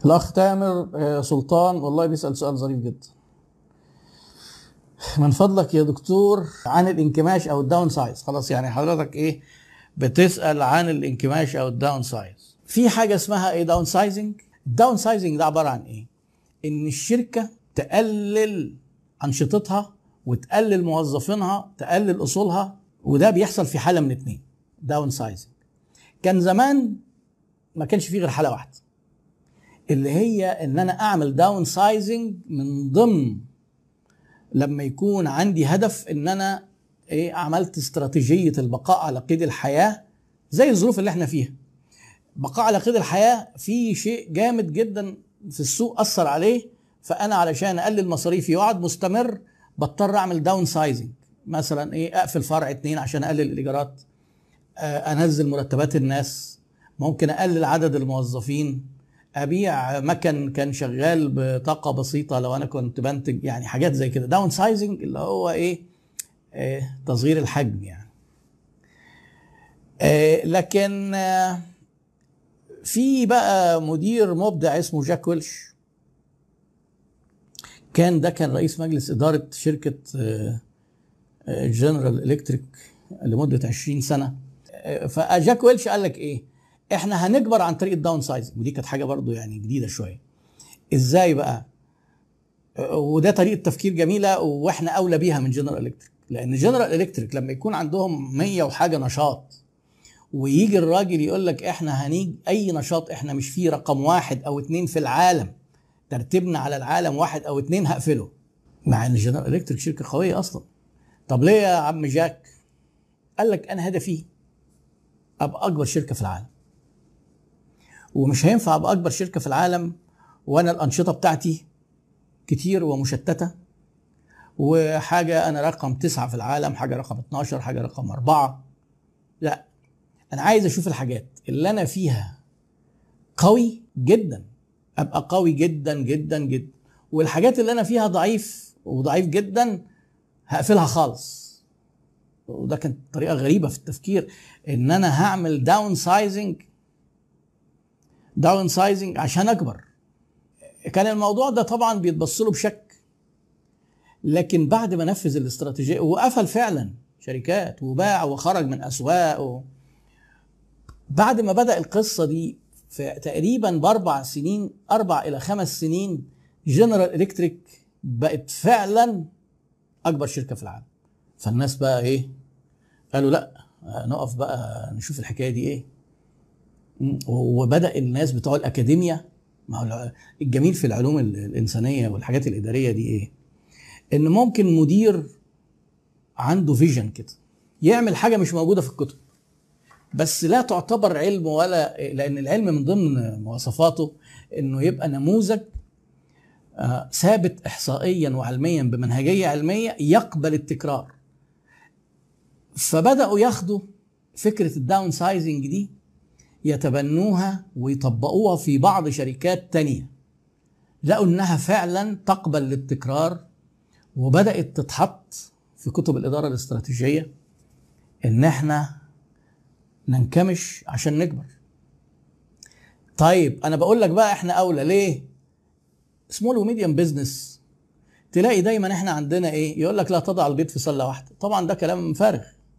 الأخ تامر سلطان والله بيسأل سؤال ظريف جدا. من فضلك يا دكتور عن الانكماش أو الداون سايز. خلاص يعني حضرتك إيه بتسأل عن الانكماش أو الداون سايز. في حاجة اسمها إيه داون سايزنج. الداون سايزنج ده عبارة عن إيه؟ إن الشركة تقلل أنشطتها وتقلل موظفينها، تقلل أصولها، وده بيحصل في حالة من اتنين. داون سايزنج كان زمان ما كانش فيه غير حالة واحدة، اللي هي ان انا اعمل داون سايزنج من ضمن لما يكون عندي هدف ان انا عملت استراتيجية البقاء على قيد الحياة زي الظروف اللي احنا فيها. بقاء على قيد الحياة في شيء جامد جدا في السوق أثر عليه، فانا علشان اقلل مصاريفي واقعد مستمر بضطر اعمل داون سايزنج. مثلا اقفل فرع 2 عشان اقلل الايجارات، انزل مرتبات الناس، ممكن اقلل عدد الموظفين، ابيع مكن كان شغال بطاقه بسيطه لو انا كنت بنتج، يعني حاجات زي كده. داون سايزنج اللي هو تصغير الحجم يعني. لكن في بقى مدير مبدع اسمه جاك ويلش، كان رئيس مجلس اداره شركه جنرال الكتريك لمده 20 سنه. فجاك ويلش قال لك ايه؟ احنا هنكبر عن طريق الداون سايزنج، ودي كانت حاجه برضو يعني جديده شويه. ازاي بقى؟ وده طريقه تفكير جميله واحنا اولى بيها من جنرال الكتريك، لان جنرال الكتريك لما يكون عندهم 100 وحاجه نشاط ويجي الراجل يقول لك احنا هنيجي اي نشاط احنا مش فيه رقم 1 أو 2 في العالم، ترتيبنا على العالم 1 أو 2، هقفله. مع ان جنرال الكتريك شركه قويه اصلا. طب ليه يا عم جاك؟ قال لك انا هدفي ابقى اكبر شركه في العالم، ومش هينفع ابقى اكبر شركه في العالم وانا الانشطه بتاعتي كتير ومشتته، وحاجه انا رقم 9 في العالم، حاجه رقم 12، حاجه رقم 4. لا، انا عايز اشوف الحاجات اللي انا فيها قوي جدا ابقى قوي جدا جدا جدا، والحاجات اللي انا فيها ضعيف وضعيف جدا هقفلها خالص. وده كانت طريقه غريبه في التفكير، ان انا هعمل داون سايزنج عشان اكبر. كان الموضوع ده طبعا بيتبص له بشك، لكن بعد ما نفذ الاستراتيجيه وقفل فعلا شركات وباع وخرج من اسواق بعد ما بدأ القصه دي في تقريبا ب4 سنين، 4 إلى 5 سنين، جنرال الكتريك بقت فعلا اكبر شركه في العالم. فالناس بقى قالوا لا، نقف بقى نشوف الحكايه دي وبدأ الناس بتوع الأكاديمية. ما هو الجميل في العلوم الإنسانية والحاجات الإدارية دي إن ممكن مدير عنده فيجن كده يعمل حاجة مش موجودة في الكتب، بس لا تعتبر علم، ولا لأن العلم من ضمن مواصفاته إنه يبقى نموذج ثابت إحصائيا وعلميا بمنهجية علمية يقبل التكرار. فبدأوا ياخدوا فكرة الداون سايزنج دي يتبنوها ويطبقوها في بعض شركات تانية، لقوا انها فعلا تقبل للتكرار، وبدأت تتحط في كتب الإدارة الاستراتيجية ان احنا ننكمش عشان نكبر. طيب انا بقول لك بقى احنا اولى ليه؟ سمول وميديوم بيزنس تلاقي دايما احنا عندنا يقول لك لا تضع البيض في سلة واحدة. طبعا ده كلام فارغ.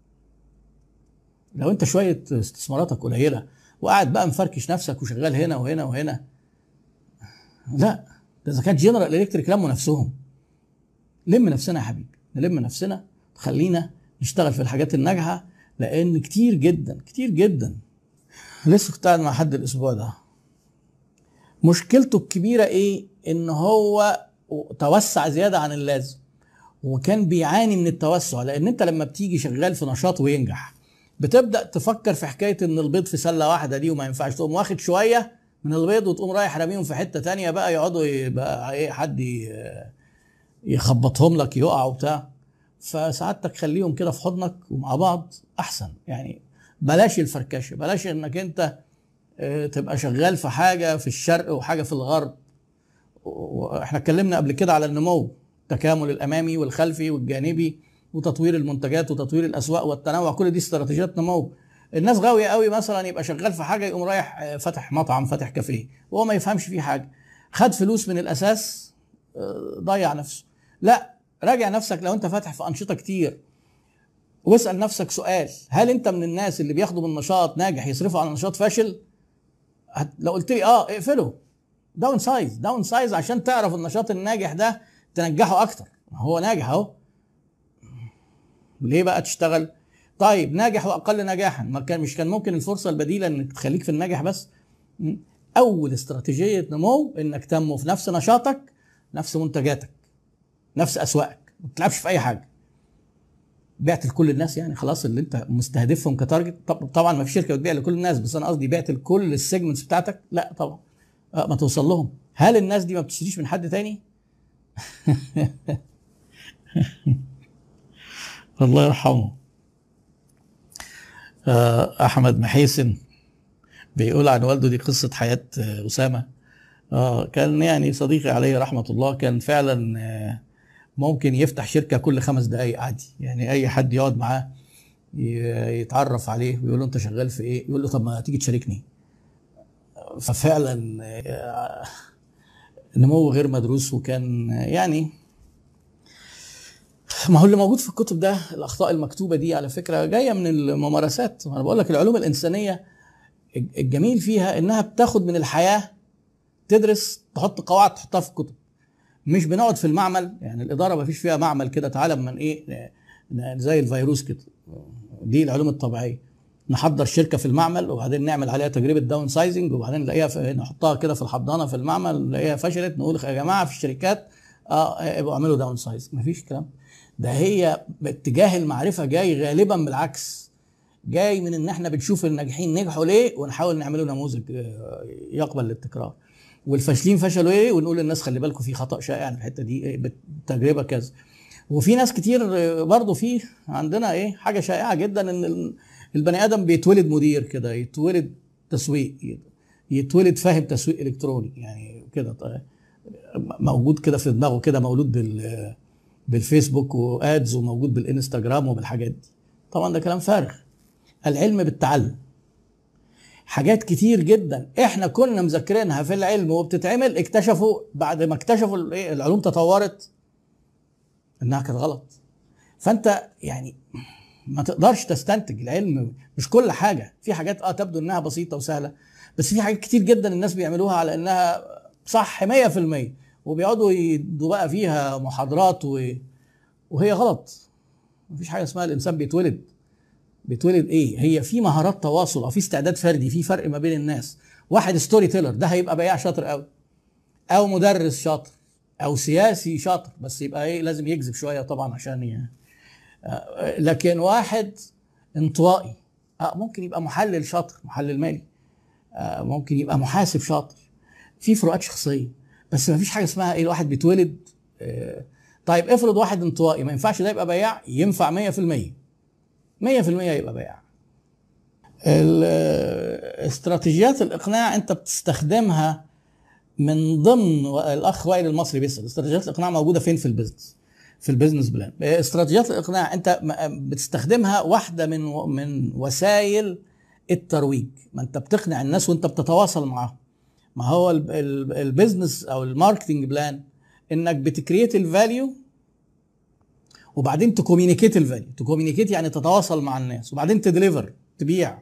لو انت شوية استثماراتك قليلة وقاعد بقى مفركش نفسك وشغال هنا وهنا وهنا، لا، ده اذا كانت جنرال الكتريك لموا نفسهم. لم نفسنا يا حبيبي، نلم نفسنا، خلينا نشتغل في الحاجات الناجحه، لان كتير جدا كتير جدا. لسه كنت قاعد مع حد الاسبوع ده، مشكلته الكبيره ان هو توسع زياده عن اللازم، وكان بيعاني من التوسع. لان انت لما بتيجي شغال في نشاط وينجح بتبدأ تفكر في حكاية ان البيض في سلة واحدة دي وما ينفعش، تقوم واخد شوية من البيض وتقوم رايح راميهم في حتة تانية بقى يقعدوا يبقى حد يخبطهم لك يقعوا بتاع. فسعادتك خليهم كده في حضنك ومع بعض احسن. يعني بلاش الفركشة، بلاش انك انت تبقى شغال في حاجة في الشرق وحاجة في الغرب. واحنا اتكلمنا قبل كده على النمو، التكامل الامامي والخلفي والجانبي، وتطوير المنتجات وتطوير الاسواق والتنوع، كل دي استراتيجيات نمو. الناس غاويه قوي مثلا يبقى شغال في حاجه يقوم رايح فاتح مطعم فاتح كافيه وهو ما يفهمش فيه حاجه، خد فلوس من الاساس ضيع نفسه. لا، راجع نفسك لو انت فاتح في انشطه كتير واسال نفسك سؤال، هل انت من الناس اللي بياخدوا من نشاط ناجح يصرفوا على نشاط فاشل؟ لو قلت لي اقفله، داون سايز عشان تعرف النشاط الناجح ده تنجحه اكتر. هو ناجح اهو، ليه بقى تشتغل؟ طيب ناجح واقل نجاحا، ما كان مش كان ممكن الفرصه البديله انك تخليك في الناجح بس؟ اول استراتيجيه نمو انك تنمو في نفس نشاطك، نفس منتجاتك، نفس اسواقك، ما تلعبش في اي حاجه. بعت لكل الناس يعني خلاص اللي انت مستهدفهم كتارجت؟ طبعا ما في شركه بتبيع لكل الناس، بس انا قصدي بعت لكل السيجمنتس بتاعتك؟ لا طبعا. ما توصل لهم. هل الناس دي ما بتشتريش من حد تاني؟ الله يرحمه احمد محيسن بيقول عن والده، دي قصه حياه اسامه. كان يعني صديقي عليه رحمه الله، كان فعلا ممكن يفتح شركه كل 5 دقائق عادي، يعني اي حد يقعد معاه يتعرف عليه ويقول له انت شغال في ايه، يقول له طب ما تيجي تشاركني. ففعلا نمو غير مدروس. وكان يعني ما هو اللي موجود في الكتب ده، الاخطاء المكتوبه دي على فكره جايه من الممارسات. انا بقول لك العلوم الانسانيه الجميل فيها انها بتاخد من الحياه، تدرس، تحط قواعد تحطها في الكتب. مش بنقعد في المعمل، يعني الاداره ما فيش فيها معمل كده تعالى من ايه زي الفيروس كده. دي العلوم الطبيعيه، نحضر شركه في المعمل وبعدين نعمل عليها تجربه داون سايزنج وبعدين نلاقيها نحطها كده في الحضانه في المعمل نلاقيها فشلت، نقول يا جماعه في الشركات ابقوا اعملوا داون سايز. مفيش كلام ده. هي اتجاه المعرفه جاي غالبا بالعكس، جاي من ان احنا بنشوف الناجحين نجحوا ليه ونحاول نعمله نموذج يقبل للتكرار، والفاشلين فشلوا ايه ونقول للناس خلي بالكم في خطا شائع في الحته دي بالتجربه كذا. وفي ناس كتير برضو في عندنا حاجه شائعه جدا، ان البني ادم بيتولد مدير كده، يتولد تسويق، يتولد فاهم تسويق الكتروني يعني كده، موجود كده في دماغه كده، مولود بالفيسبوك وادز وموجود بالانستجرام وبالحاجات دي. طبعا ده كلام فارغ. العلم بالتعلم. حاجات كتير جدا احنا كنا مذاكرينها في العلم وبتتعمل، اكتشفوا بعد ما اكتشفوا العلوم تطورت انها كانت غلط. فانت يعني ما تقدرش تستنتج. العلم مش كل حاجه، في حاجات تبدو انها بسيطه وسهله، بس في حاجات كتير جدا الناس بيعملوها على انها صح 100%، وبيقعدوا يدوا بقى فيها محاضرات وهي غلط. مفيش حاجه اسمها الانسان بيتولد هي في مهارات تواصل او في استعداد فردي، في فرق ما بين الناس. واحد ستوري تيلر ده هيبقى بياع شاطر قوي، او مدرس شاطر، او سياسي شاطر، بس يبقى لازم يكذب شويه طبعا عشان لكن واحد انطوائي ممكن يبقى محلل شاطر، محلل مالي، ممكن يبقى محاسب شاطر. في فروقات شخصيه، بس ما فيش حاجه اسمها الواحد بيتولد. طيب افرض واحد انطوائي، ما ينفعش ده يبقى بياع؟ ينفع 100%، 100% يبقى بياع. استراتيجيات الاقناع انت بتستخدمها من ضمن، الاخ وائل المصري بيسال استراتيجيات الاقناع موجوده فين في البيزنس، في البيزنس بلان. استراتيجيات الاقناع انت بتستخدمها واحده من وسائل الترويج. ما انت بتقنع الناس وانت بتتواصل معاهم. ما هو البيزنس او الماركتنج بلان انك بتكريت الفاليو وبعدين تكومينيكيت الفاليو. تكومينيكيت يعني تتواصل مع الناس، وبعدين تدليفر، تبيع،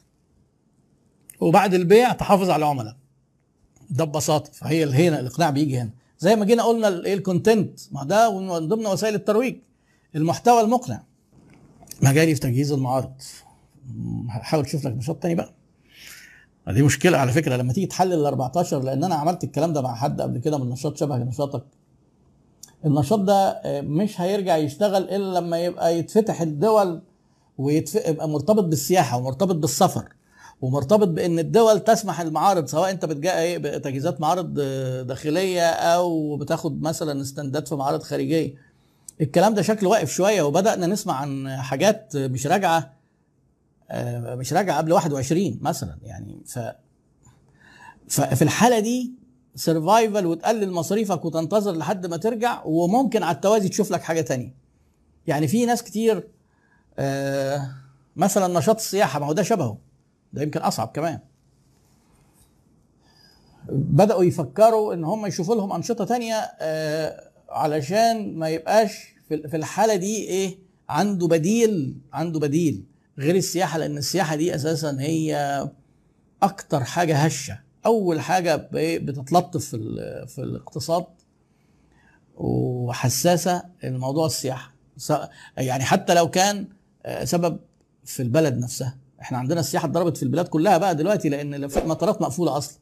وبعد البيع تحافظ على العملاء. ده ببساطه. فهي هنا الاقناع بيجي هنا، زي ما جينا قلنا الكونتنت، ما ده من ضمن وسائل الترويج. المحتوى المقنع. مجالي في تجهيز المعارض. حاول تشوف لك نشاط تاني بقى. دي مشكله على فكره لما تيجي تحلل ال 14، لان انا عملت الكلام ده مع حد قبل كده من نشاط شبه نشاطك. النشاط ده مش هيرجع يشتغل الا لما يبقى يتفتح الدول ويبقى مرتبط بالسياحه ومرتبط بالسفر ومرتبط بان الدول تسمح المعارض، سواء انت بتجا بتجهيزات معارض داخليه او بتاخد مثلا استندات في معارض خارجيه. الكلام ده شكله واقف شويه، وبدانا نسمع عن حاجات مش راجعه قبل 21 مثلا يعني. ففي الحاله دي سرفايفل، وتقلل مصاريفك وتنتظر لحد ما ترجع، وممكن على التوازي تشوف لك حاجه تانية. يعني في ناس كتير مثلا نشاط السياحه، ما هو ده شبهه، ده يمكن اصعب كمان. بداوا يفكروا ان هم يشوفوا لهم انشطه تانية علشان ما يبقاش في الحاله دي ايه، عنده بديل غير السياحه، لان السياحه دي اساسا هي اكتر حاجه هشه، اول حاجه بتتلطف في الاقتصاد وحساسه الموضوع السياحه. يعني حتى لو كان سبب في البلد نفسها، احنا عندنا السياحه اتضربت في البلاد كلها بقى دلوقتي، لان المطارات مقفوله اصلا.